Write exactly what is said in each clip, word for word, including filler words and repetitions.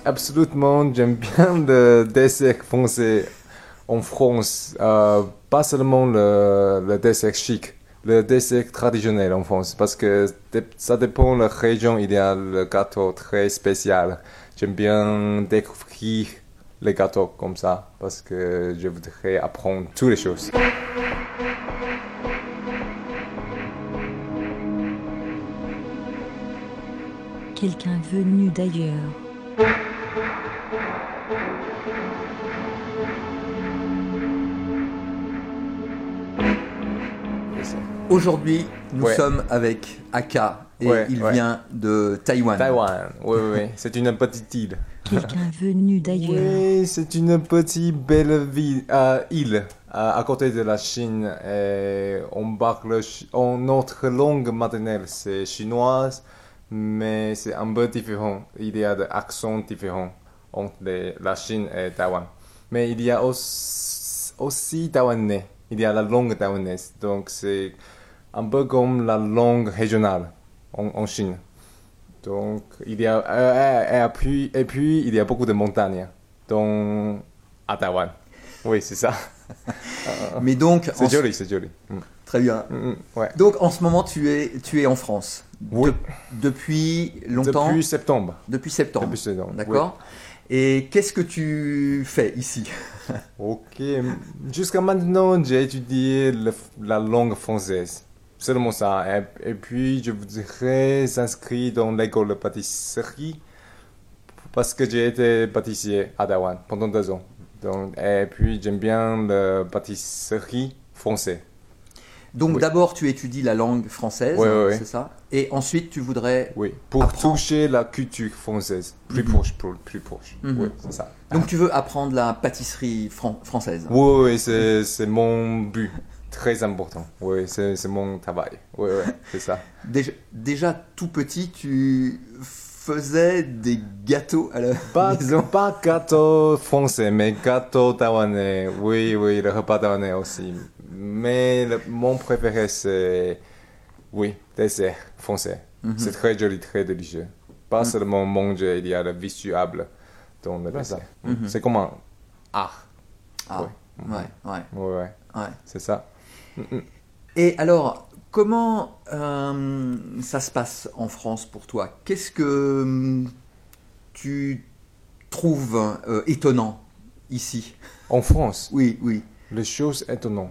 absolument, j'aime bien le dessert français en France. Euh, pas seulement le, le dessert chic, le dessert traditionnel en France. Parce que ça dépend de la région, il y a le gâteau très spécial. J'aime bien découvrir les gâteaux comme ça. Parce que je voudrais apprendre toutes les choses. Quelqu'un venu d'ailleurs. Aujourd'hui, nous ouais. sommes avec Aka et ouais, il ouais. vient de Taïwan. Taïwan, oui, oui, oui. C'est une petite île. Quelqu'un venu d'ailleurs. Oui, c'est une petite belle ville, euh, île à, à côté de la Chine. Et on parle en notre langue maternelle, c'est chinoise, mais c'est un peu différent. Il y a des accents différents entre les, la Chine et Taïwan. Mais il y a aussi, aussi taïwanais. Il y a la langue taïwanaise, donc c'est un peu comme la langue régionale en, en Chine. Donc, il y a, euh, et, puis, et puis, il y a beaucoup de montagnes donc, à Taïwan. Oui, c'est ça. Mais donc, c'est joli, ce... c'est joli. Mm. Très bien. Mm, ouais. Donc, en ce moment, tu es, tu es en France. Oui. De, depuis longtemps. Depuis septembre. Depuis septembre. Depuis septembre. D'accord. Oui. Et qu'est-ce que tu fais ici? Ok. Jusqu'à maintenant, j'ai étudié le, la langue française. Seulement ça. Et, et puis, je voudrais s'inscrire dans l'école de pâtisserie parce que j'ai été pâtissier à Taïwan pendant deux ans. Donc, et puis, j'aime bien la pâtisserie française. Donc, oui. d'abord, tu étudies la langue française, oui, oui, c'est oui. ça? Et ensuite, tu voudrais. Oui, pour apprendre... toucher la culture française, plus mm-hmm. proche, plus, plus proche. Mm-hmm. Oui, c'est ça. Donc, tu veux apprendre la pâtisserie fran- française? Oui, oui, c'est, c'est mon but. Très important, oui, c'est, c'est mon travail, oui, oui, c'est ça. Déjà, déjà tout petit, tu faisais des gâteaux à la pas, maison? Pas gâteau français, mais gâteau taïwanais, oui, oui, le repas taïwanais aussi. Mais le, mon préféré, c'est, oui, dessert français. Mm-hmm. C'est très joli, très délicieux. Pas mm-hmm. seulement manger, il y a le visuel dans le dessert. Mm-hmm. C'est comme un art. Ah, oui. ouais, ouais. Oui, ouais. ouais. C'est ça. Et alors, comment euh, ça se passe en France pour toi? Qu'est-ce que tu trouves euh, étonnant ici? En France? Oui, oui. Les choses étonnantes.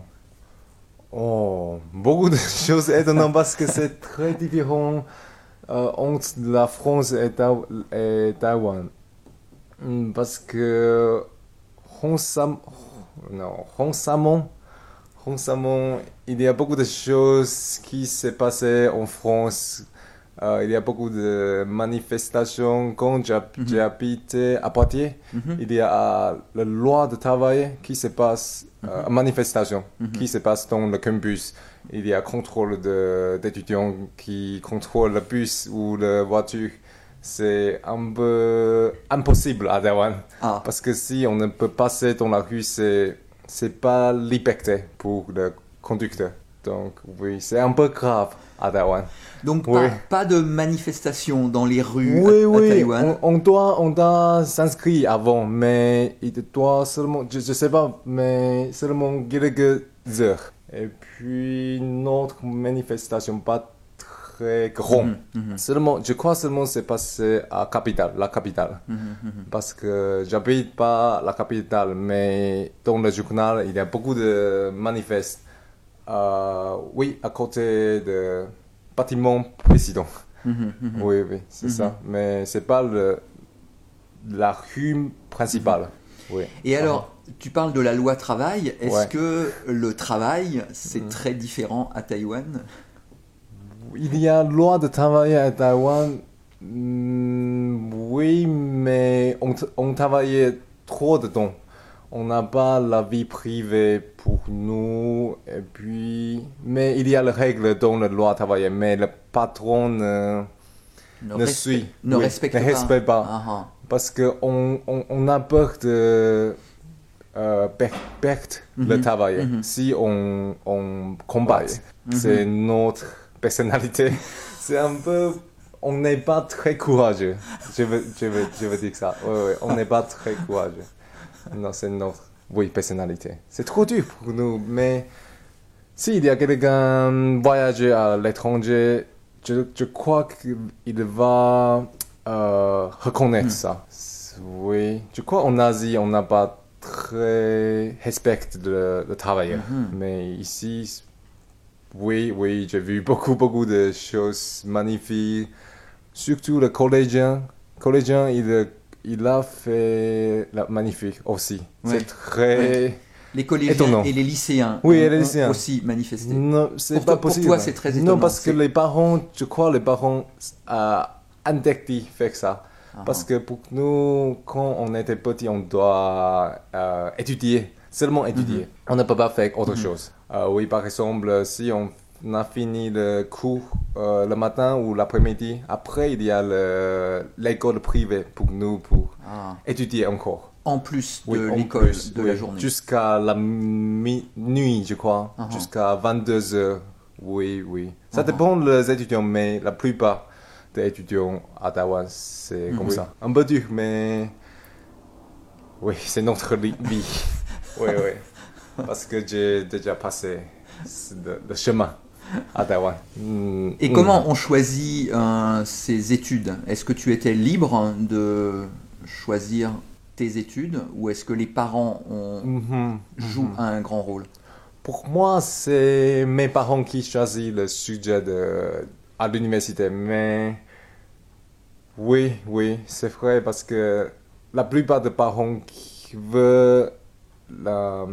Oh, beaucoup de choses étonnantes parce que c'est très différent euh, entre la France et, Ta- et Taïwan. Parce que récemment, non, récemment, Récemment, il y a beaucoup de choses qui se passaient en France. Euh, il y a beaucoup de manifestations. Quand mm-hmm. j'habitais à Poitiers, mm-hmm. il y a la loi de travail qui se passe, mm-hmm. euh, manifestation mm-hmm. qui se passe dans le campus. Il y a contrôle de, d'étudiants qui contrôlent le bus ou la voiture. C'est un peu impossible à Taïwan. Ah. Parce que si on ne peut passer dans la rue, c'est c'est pas liberté pour le conducteur. Donc oui, c'est un peu grave à Taïwan. Donc oui. pas, pas de manifestation dans les rues oui, à, oui. à Taïwan. On, on doit, on doit s'inscrire avant, mais il doit seulement, je, je sais pas, mais seulement quelques heures. Et puis notre manifestation pas très grande. Mm-hmm. Seulement, je crois seulement c'est passé à capitale, la capitale. Mm-hmm. Parce que j'habite pas la capitale, mais dans le journal, il y a beaucoup de manifestes. Euh, oui, à côté de bâtiment président. Mm-hmm. Oui, oui, c'est mm-hmm. ça. Mais c'est pas le, la rue principale. Mm-hmm. Oui. Et alors, ah. tu parles de la loi travail. Est-ce ouais. que le travail, c'est mm. très différent à Taïwan? Il y a loi de travail à Taïwan, mm, oui, mais on, on travaillait trop de temps. On n'a pas la vie privée pour nous. Et puis, mais il y a les règles dans la loi de travail, mais le patron ne, ne, ne respe- suit, ne oui, respecte ne pas. Respecte pas. Uh-huh. Parce qu'on on, on a peur de euh, perdre mm-hmm. le travail mm-hmm. si on, on combat. Mm-hmm. C'est notre personnalité. C'est un peu on n'est pas très courageux. Je veux, je veux, je veux dire ça. Oui, oui, on n'est pas très courageux. Non, c'est notre, oui, personnalité. C'est trop dur pour nous, mais s'il y a quelqu'un voyager à l'étranger, je, je crois qu'il va euh, reconnaître Mm. ça. Oui, je crois en Asie, on n'a pas très respect le, le travailleur. Mhm. Mais ici, oui, oui, j'ai vu beaucoup, beaucoup de choses magnifiques. Surtout le collégien. Collégien, il, il a fait la magnifique aussi. Ouais. C'est très... Les collégiens Étonnant. et les lycéens Oui, ont, et les ont lycéens. aussi manifesté. Non, c'est Pour pas toi- pour possible. toi, c'est très étonnant. Non, parce que C'est- les parents, je crois, les parents euh, interdit faire ça. Ah, Parce que pour nous, quand on était petit, on doit euh, étudier, seulement étudier. On ne peut pas faire autre Mhm. chose. Euh, oui, par exemple, si on a fini le cours euh, le matin ou l'après-midi, après il y a le- l'école privée pour nous pour ah. étudier encore. En plus de Oui, en l'école plus, de oui, la journée. jusqu'à la mi- nuit, je crois, Ah, ah. jusqu'à vingt-deux heures. Oui, oui. Ça Ah, ah. dépend des étudiants, mais la plupart des étudiants à Taïwan, c'est Mhm. comme Oui. ça. Un peu dur, mais oui, c'est notre li- vie. Oui, oui. Parce que j'ai déjà passé le, le chemin à Taïwan. Mm, Et mm. comment on choisit euh, ses études? Est-ce que tu étais libre de choisir tes études ou est-ce que les parents ont, Mhm, jouent mhm. un grand rôle? Pour moi, c'est mes parents qui choisissent le sujet de, à l'université. Mais oui, oui, c'est vrai parce que la plupart des parents qui veulent la-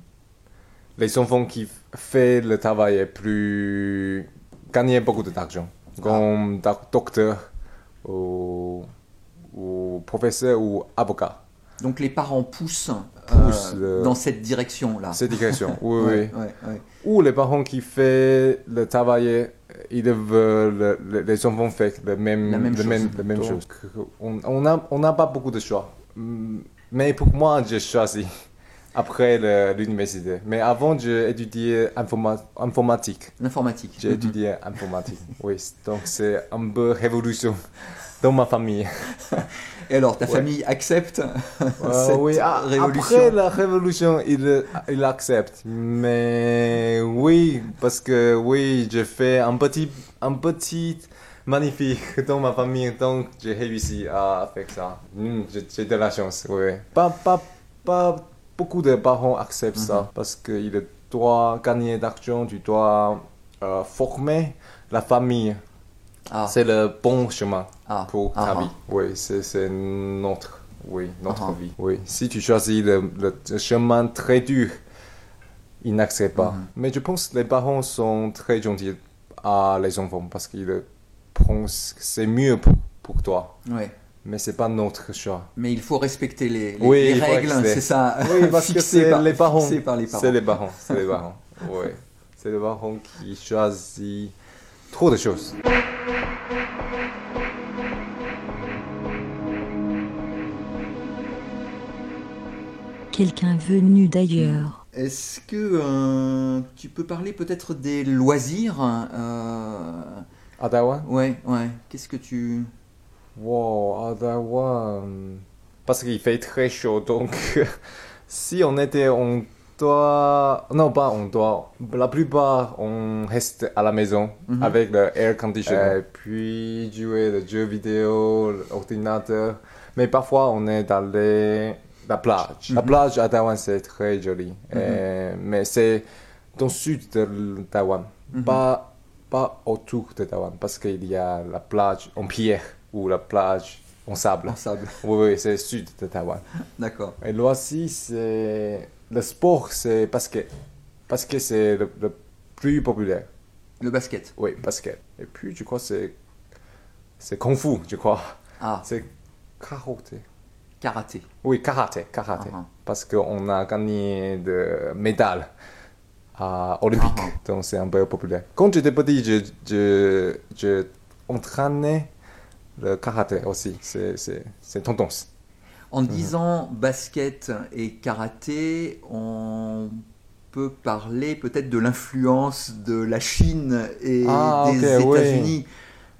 les enfants qui font le travail plus gagner beaucoup d'argent, comme doc- docteur ou, ou professeur ou avocat. Donc les parents poussent, Poussent euh, le- dans cette direction-là. Cette direction, oui, Ouais, oui. ouais, ouais. Ou les parents qui font le travail, ils veulent le- les enfants faire le même, La même le chose. même, la même Donc- chose. On on n'a on n'a pas beaucoup de choix. Mm, Mais pour moi, j'ai choisi après le- l'université. Mais avant, j'ai étudié informa- informatique. L'informatique. J'ai Mhm. étudié informatique. Oui, donc c'est un peu révolution dans ma famille. Et alors, ta Ouais. famille accepte Euh, cette oui, a- révolution? après la révolution, il, il accepte. Mais oui, parce que oui, j'ai fait un petit, un petit magnifique dans ma famille, donc j'ai réussi à faire ça. Mm, j'ai, j'ai de la chance, oui. Pas, pas, pas beaucoup de parents acceptent ça, parce qu'il doit gagner d'argent, tu dois euh, former la famille. Ah, C'est le bon chemin ah, pour ah, ta ah. vie. Oui, c'est, c'est notre, oui, notre Ah, ah. vie. Oui. Si tu choisis le, le- le chemin très dur, ils n'acceptent pas. Mhm. Mais je pense que les parents sont très gentils à les enfants parce qu'ils pensent que c'est mieux pour, pour toi. Ouais. Mais c'est pas notre choix. Mais il faut respecter les, les- Oui, les il faut règles, respecter. c'est ça. Oui, parce que fixé c'est par, les parents. fixé par les parents. C'est les parents. C'est les parents. Oui. C'est les parents qui choisissent trop de choses. Quelqu'un venu d'ailleurs. Est-ce que euh, tu peux parler peut-être des loisirs? euh, À Taïwan? Ouais, ouais. Qu'est-ce que tu... Wow, à Taïwan. Parce qu'il fait très chaud, donc si on était, on doit. Non, pas on doit. La plupart, on reste à la maison Mhm. avec le air conditioner. Et puis jouer le jeu vidéo, l'ordinateur. Mais parfois, on est dans les... la plage. La Mhm. plage à Taïwan, c'est très joli. Et- mais c'est dans le sud de Taïwan. Mhm. Pas, pas autour de Taïwan. Parce qu'il y a la plage en pierre ou la plage en sable. En sable. Oui, oui, c'est le sud de Taïwan. D'accord. Et loisir, c'est... Le sport, c'est basket. Parce que c'est le, le plus populaire. Le basket. Oui, basket. Et puis, je crois que c'est... C'est Kung Fu, je crois. Ah, C'est karaté. karaté. Oui, karaté, karaté. Ah, ah. Parce qu'on a gagné de médailles à Olympique. Ah, Donc, c'est un peu populaire. Quand j'étais petit, je, je, je entraînais le karaté aussi. C'est, c'est, c'est tendance. En disant basket et karaté, on peut parler peut-être de l'influence de la Chine et Ah, des ok, oui. États-Unis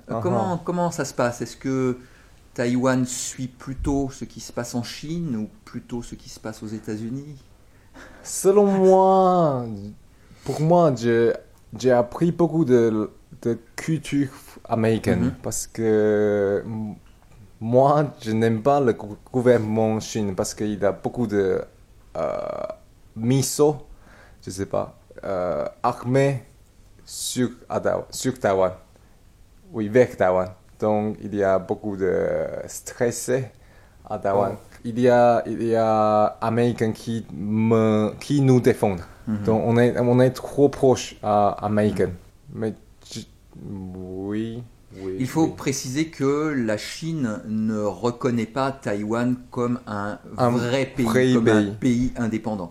Euh, Uh-huh. Comment, comment ça se passe? Est-ce que Taïwan suit plutôt ce qui se passe en Chine ou plutôt ce qui se passe aux États-Unis? Selon moi, pour moi, j'ai, j'ai appris beaucoup de, de culture américaine Mhm. parce que m- moi, je n'aime pas le gou- gouvernement chinois parce qu'il a beaucoup de euh, miso, je sais pas, euh, armée sur, Ada- sur Taïwan. Oui, vers Taïwan. Donc, il y a beaucoup de stressés à Taïwan. Oh. Il y a, il y a Américains qui, me, qui nous défendent. Mhm. Donc, on est, on est trop proche à Américains. Mais, je- oui, oui. Il faut oui. préciser que la Chine ne reconnaît pas Taïwan comme un Un vrai pays, vrai comme un pays. pays indépendant.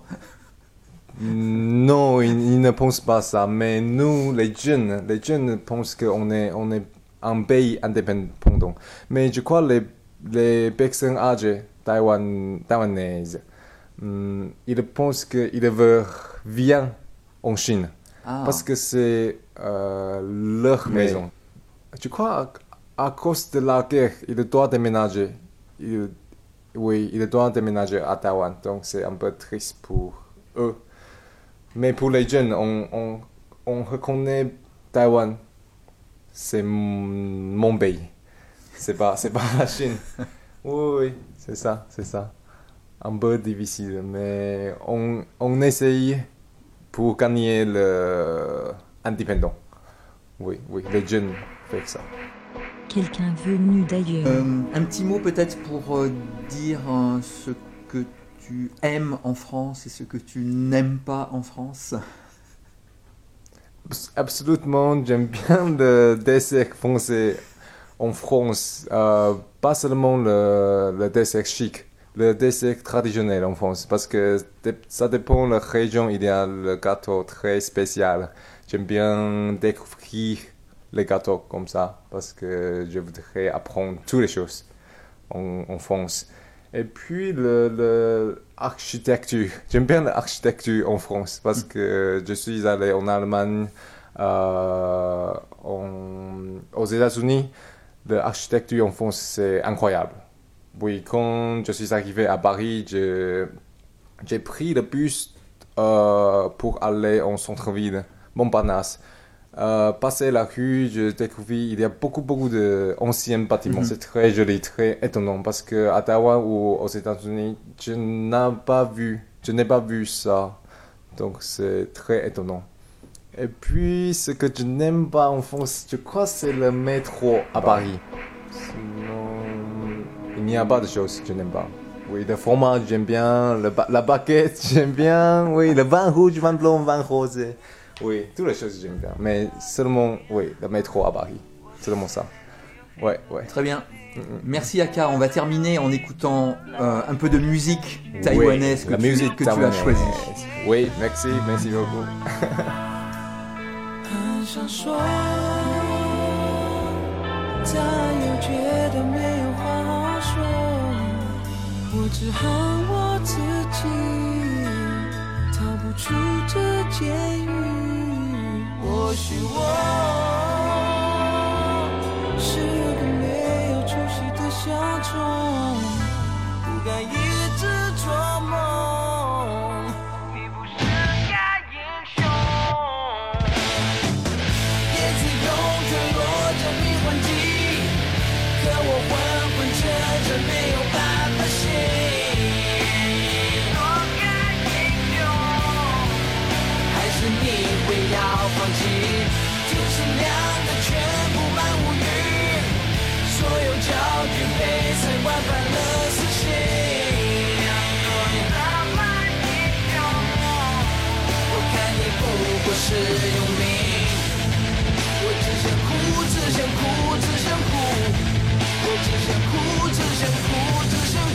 Non, ils, ils ne pensent pas ça. Mais nous, les jeunes, les jeunes pensent qu'on est, on est un pays indépendant. Mais je crois que les, les personnes âgées taïwan, taïwanaises, hum, ils pensent qu'ils veulent vivre en Chine. Ah, Parce que c'est euh, leur Mais- maison. Je crois à, à cause de la guerre, ils doivent déménager. Ils- oui, ils doivent déménager à Taïwan. Donc c'est un peu triste pour eux. Mais pour les jeunes, on, on, on reconnaît Taïwan. C'est m- mon pays. C'est pas, c'est pas la Chine. Oui, oui, c'est ça, c'est ça. Un peu difficile, mais on, on essaye pour gagner l'indépendant. Oui, oui, les jeunes font ça. Quelqu'un venu d'ailleurs. Euh, un petit mot peut-être pour euh, dire euh, ce que tu aimes en France et ce que tu n'aimes pas en France. Abs- Absolument, j'aime bien le dessert français en France. Euh, pas seulement le, le dessert chic, le dessert traditionnel en France. Parce que dé- ça dépend de la région, il y a le gâteau très spécial. J'aime bien découvrir les gâteaux comme ça. Parce que je voudrais apprendre toutes les choses en, en France. Et puis le, le architecture. J'aime bien l'architecture en France parce que je suis allé en Allemagne, euh, en- aux États-Unis. L'architecture en France, c'est incroyable. Oui, quand je suis arrivé à Paris, je- j'ai pris le bus euh, pour aller en centre-ville, Montparnasse. Euh, passer la rue, je découvris il y a beaucoup beaucoup d'anciens bâtiments. Mhm. C'est très joli, très étonnant parce que à Taïwan ou aux États-Unis, je n'ai pas vu, je n'ai pas vu ça. Donc c'est très étonnant. Et puis ce que je n'aime pas en France, je crois c'est le métro à Paris. Sinon, il n'y a pas de choses que je n'aime pas. Oui, le fromage j'aime bien, le ba- la baguette j'aime bien, oui, le vin rouge, vin blanc, vin rose. Oui, toutes les choses j'aime bien, mais seulement, oui, le métro à Paris. Seulement ça. Ouais, ouais. Très bien. Mm, mm. Merci Aka. On va terminer en écoutant euh, un peu de musique taïwanaise Oui, que, la tu, musique que tu as taïwanaise. choisie. Oui, merci, merci beaucoup. 很想说，但又觉得没有话好说，我只恨我自己逃不出这监狱。或许我是个没有出息的小虫，不敢一直做梦，比不是该英雄。叶子永坠落着迷幻剂，可我昏昏沉沉没有办法醒。若该英雄，还是你会要放弃？天是亮的，全布满乌云，所有焦距被塞万般了死心。浪漫英雄，我看你不过是用命。我只想哭，只想哭，只想哭。我只想哭，只想哭，只想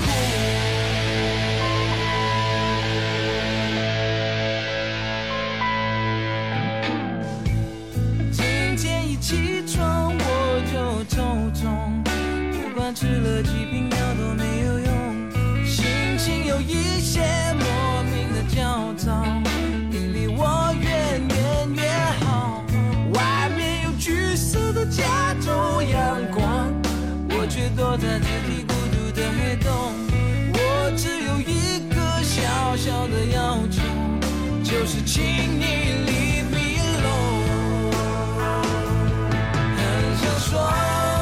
哭。今天一起床我就头痛，不管吃了几瓶药都没有用，心情有一些莫名的焦躁，你离我远远越好。外面有橘色的加州，要在自己孤独的黑洞。我只有一个小小的要求，就是请你 leave me alone。 很想说，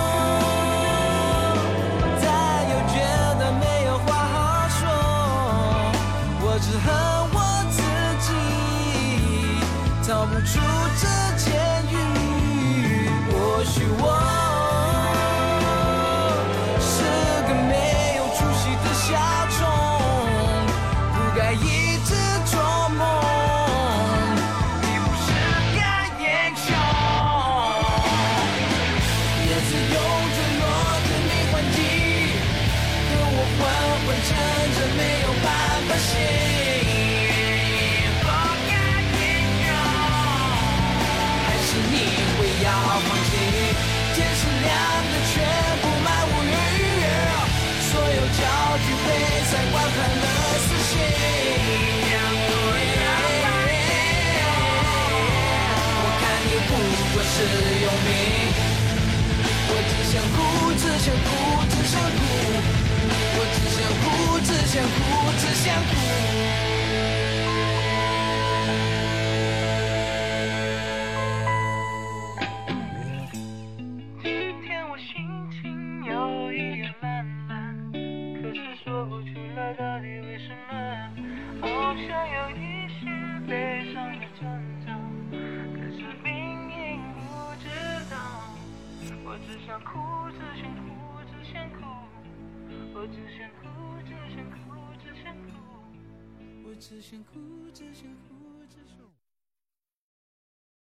再又觉得没有话好说，我只恨我自己逃不出这监狱。或许我是个没有出息的小虫，不该一直做梦，你不是该英雄。也是用承诺跟你还击，可我昏昏沉沉没有办法醒。不该英雄，还是你会要放弃？天是亮的，却布满乌云，所有焦距被塞观看了死心。我看你不过是有名，我只想哭，只想哭，只想哭，我只想哭，只想哭，只想哭。今天我心情有一点懒懒，可是说不出来到底为什么，好像有一些悲伤的征兆，可是明明不知道。我只想哭，只想哭，只想哭，我只想哭，只想哭，只想哭，我只想哭，只想哭。